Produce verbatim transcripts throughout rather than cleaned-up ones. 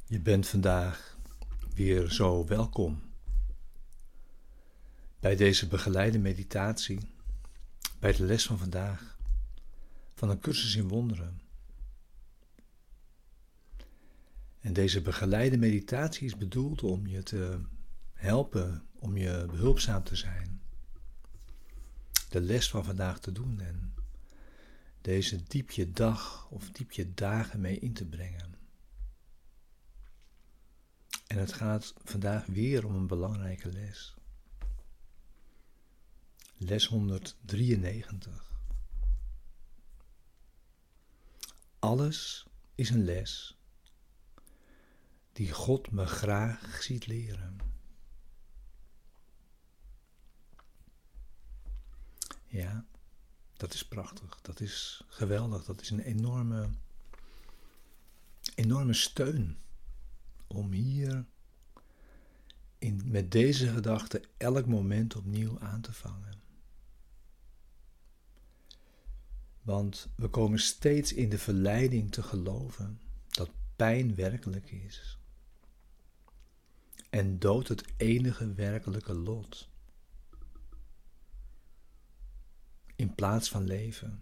Je bent vandaag weer zo welkom bij deze begeleide meditatie, bij de les van vandaag, van een cursus in wonderen. En deze begeleide meditatie is bedoeld om je te helpen, om je behulpzaam te zijn, de les van vandaag te doen en deze diepje dag of diepje dagen mee in te brengen. En het gaat vandaag weer om een belangrijke les. Les honderddrieënnegentig. Alles is een les die God me graag ziet leren. Ja, dat is prachtig, dat is geweldig, dat is een enorme, enorme steun om hier in, met deze gedachte elk moment opnieuw aan te vangen. Want we komen steeds in de verleiding te geloven dat pijn werkelijk is en dood het enige werkelijke lot. In plaats van leven,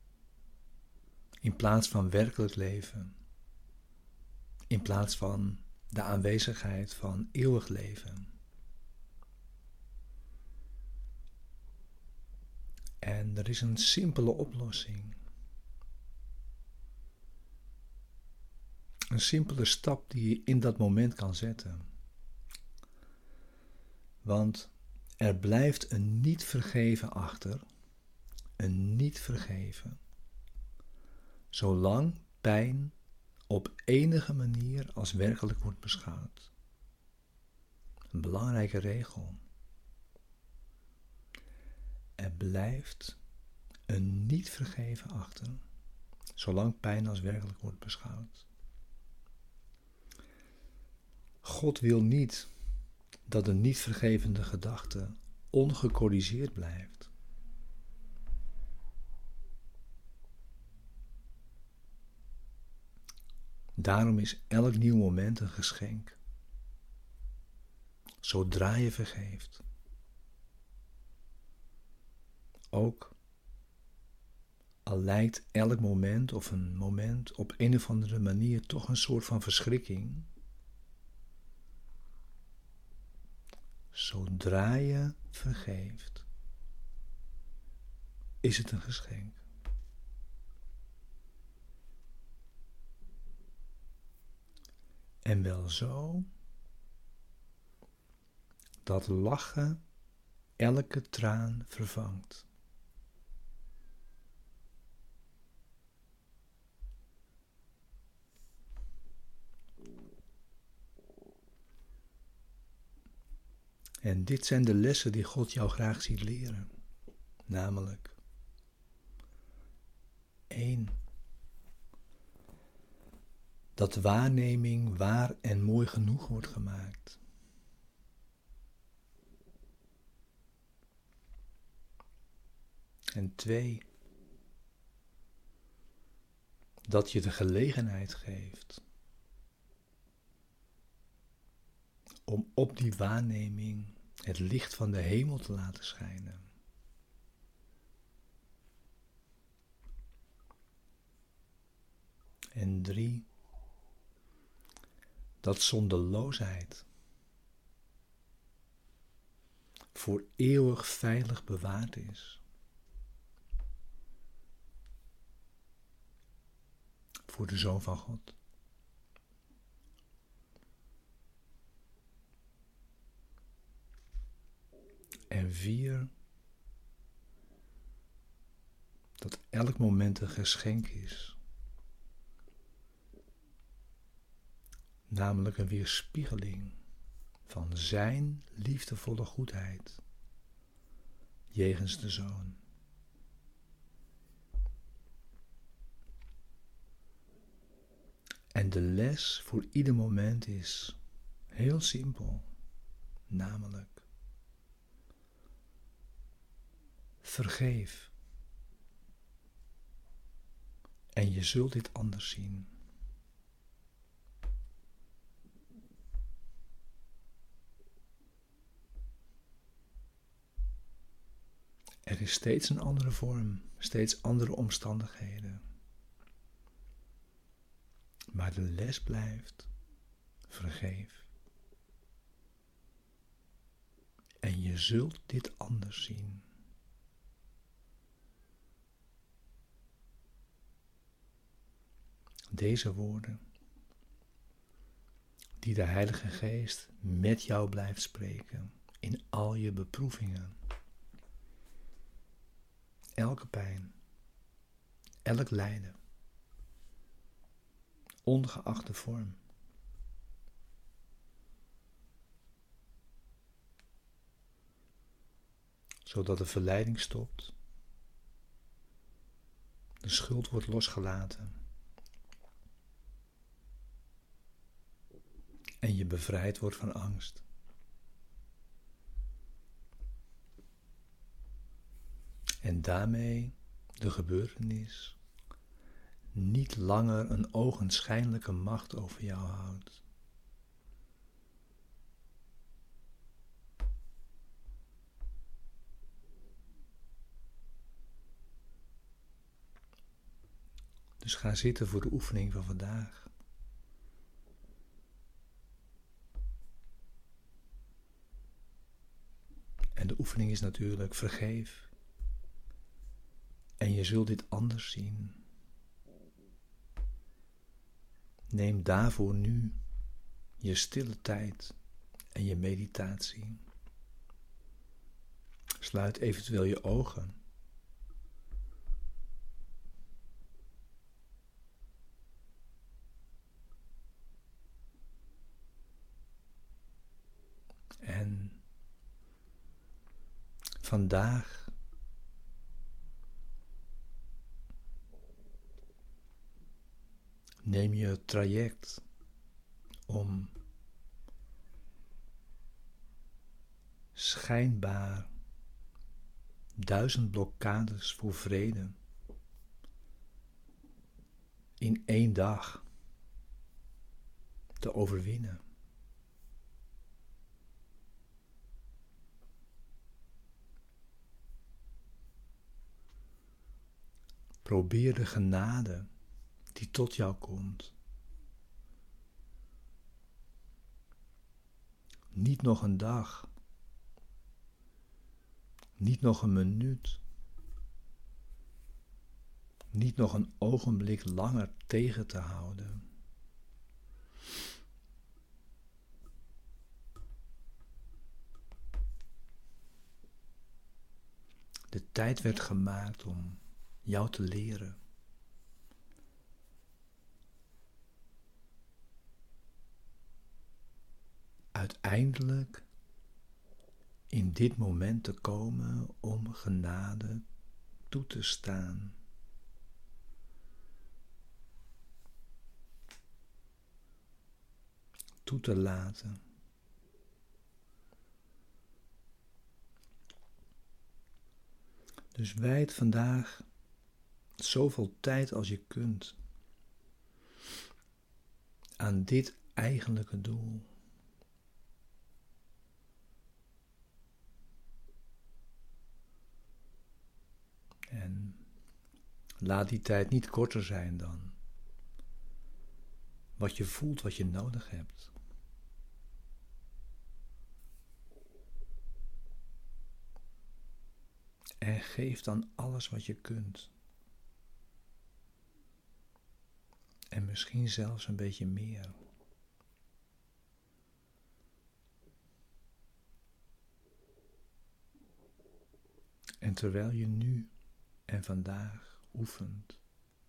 in plaats van werkelijk leven, in plaats van de aanwezigheid van eeuwig leven. En er is een simpele oplossing. Een simpele stap die je in dat moment kan zetten. Want er blijft een niet vergeven achter, een niet vergeven, zolang pijn op enige manier als werkelijk wordt beschouwd. Een belangrijke regel. Er blijft een niet vergeven achter, zolang pijn als werkelijk wordt beschouwd. God wil niet dat een niet vergevende gedachte ongecorrigeerd blijft. Daarom is elk nieuw moment een geschenk. Zodra je vergeeft. Ook al lijkt elk moment of een moment op een of andere manier toch een soort van verschrikking. Zodra je vergeeft, is het een geschenk. En wel zo dat lachen elke traan vervangt. En dit zijn de lessen die God jou graag ziet leren. Namelijk één. Dat waarneming waar en mooi genoeg wordt gemaakt. En twee. Dat je de gelegenheid geeft om op die waarneming het licht van de hemel te laten schijnen. En drie. Dat zondeloosheid voor eeuwig veilig bewaard is. Voor de Zoon van God. En vier. Dat elk moment een geschenk is. Namelijk een weerspiegeling van zijn liefdevolle goedheid jegens de Zoon. En de les voor ieder moment is heel simpel, namelijk vergeef en je zult dit anders zien. Er is steeds een andere vorm, steeds andere omstandigheden. Maar de les blijft: vergeef. En je zult dit anders zien. Deze woorden, die de Heilige Geest met jou blijft spreken in al je beproevingen. Elke pijn, elk lijden, ongeacht de vorm. Zodat de verleiding stopt, de schuld wordt losgelaten en je bevrijd wordt van angst. En daarmee de gebeurtenis niet langer een ogenschijnlijke macht over jou houdt. Dus ga zitten voor de oefening van vandaag. En de oefening is natuurlijk: vergeef. En je zult dit anders zien. Neem daarvoor nu je stille tijd en je meditatie. Sluit eventueel je ogen. En vandaag neem je het traject om schijnbaar duizend blokkades voor vrede in één dag te overwinnen. Probeer de genade die tot jou komt niet nog een dag, niet nog een minuut, niet nog een ogenblik langer tegen te houden. De tijd werd gemaakt om jou te leren. Uiteindelijk in dit moment te komen om genade toe te staan. Toe te laten. Dus wijd vandaag zoveel tijd als je kunt aan dit eigenlijke doel. En laat die tijd niet korter zijn dan wat je voelt, wat je nodig hebt. En geef dan alles wat je kunt. En misschien zelfs een beetje meer. En terwijl je nu en vandaag oefent,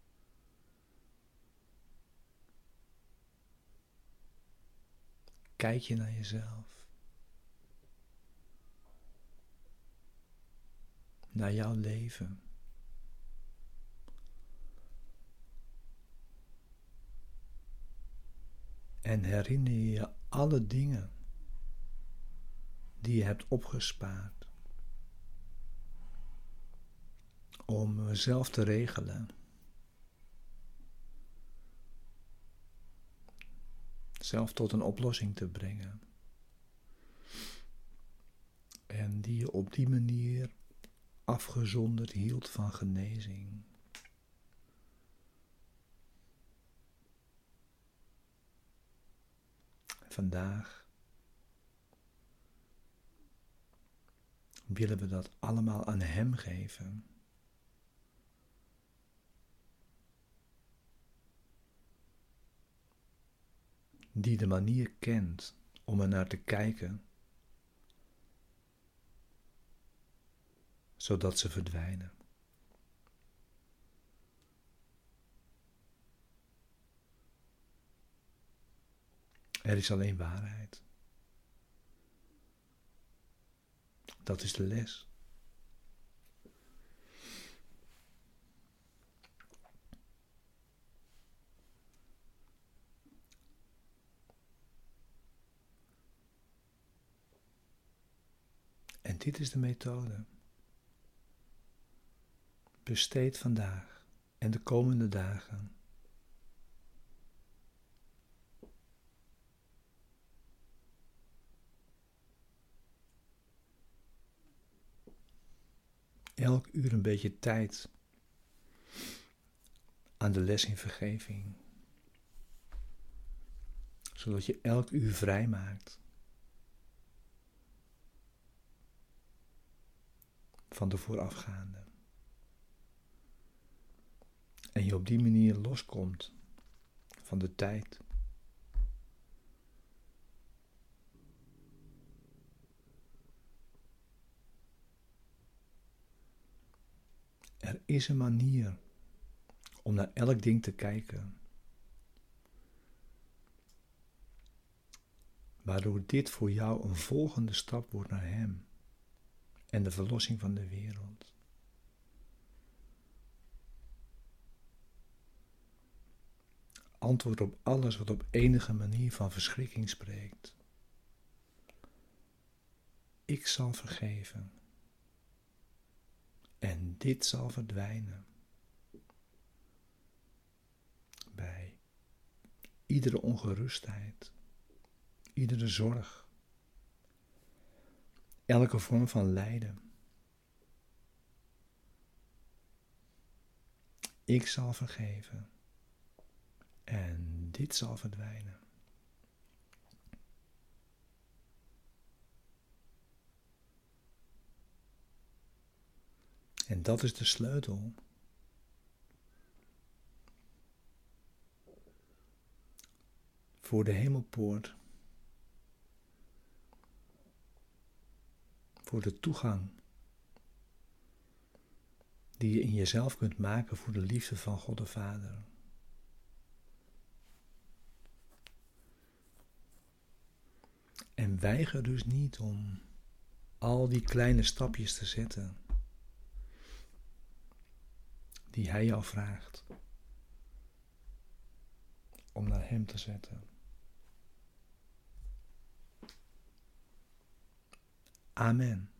kijk je naar jezelf, naar jouw leven. En herinner je je alle dingen die je hebt opgespaard om zelf te regelen. Zelf tot een oplossing te brengen. En die je op die manier afgezonderd hield van genezing. Vandaag willen we dat allemaal aan Hem geven. Die de manier kent om er naar te kijken, zodat ze verdwijnen. Er is alleen waarheid. Dat is de les. En dit is de methode. Besteed vandaag en de komende dagen elk uur een beetje tijd aan de les in vergeving, zodat je elk uur vrij maakt van de voorafgaande. En je op die manier loskomt van de tijd. Er is een manier om naar elk ding te kijken, waardoor dit voor jou een volgende stap wordt naar Hem en de verlossing van de wereld. Antwoord op alles wat op enige manier van verschrikking spreekt. Ik zal vergeven. En dit zal verdwijnen. Bij iedere ongerustheid, iedere zorg, elke vorm van lijden. Ik zal vergeven. En dit zal verdwijnen. En dat is de sleutel voor de hemelpoort, voor de toegang die je in jezelf kunt maken voor de liefde van God de Vader. En weiger dus niet om al die kleine stapjes te zetten die Hij jou vraagt om naar Hem te zetten. Amen.